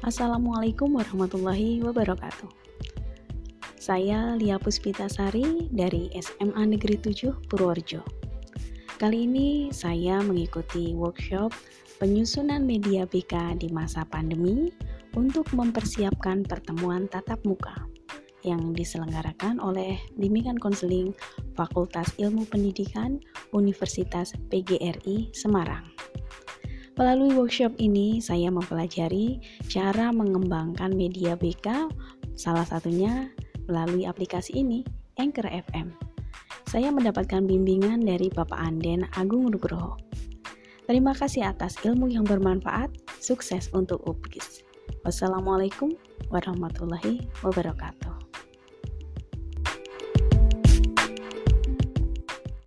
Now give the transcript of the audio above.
Assalamualaikum warahmatullahi wabarakatuh. Saya Lia Puspitasari dari SMA Negeri 7 Purworejo. Kali ini saya mengikuti workshop penyusunan media BK di masa pandemi untuk mempersiapkan pertemuan tatap muka yang diselenggarakan oleh Bimbingan Konseling Fakultas Ilmu Pendidikan Universitas PGRI Semarang. Melalui workshop ini, saya mempelajari cara mengembangkan media BK, salah satunya melalui aplikasi ini, Anchor FM. Saya mendapatkan bimbingan dari Bapak Anden Agung Nugroho. Terima kasih atas ilmu yang bermanfaat, sukses untuk UPGIS. Wassalamualaikum warahmatullahi wabarakatuh.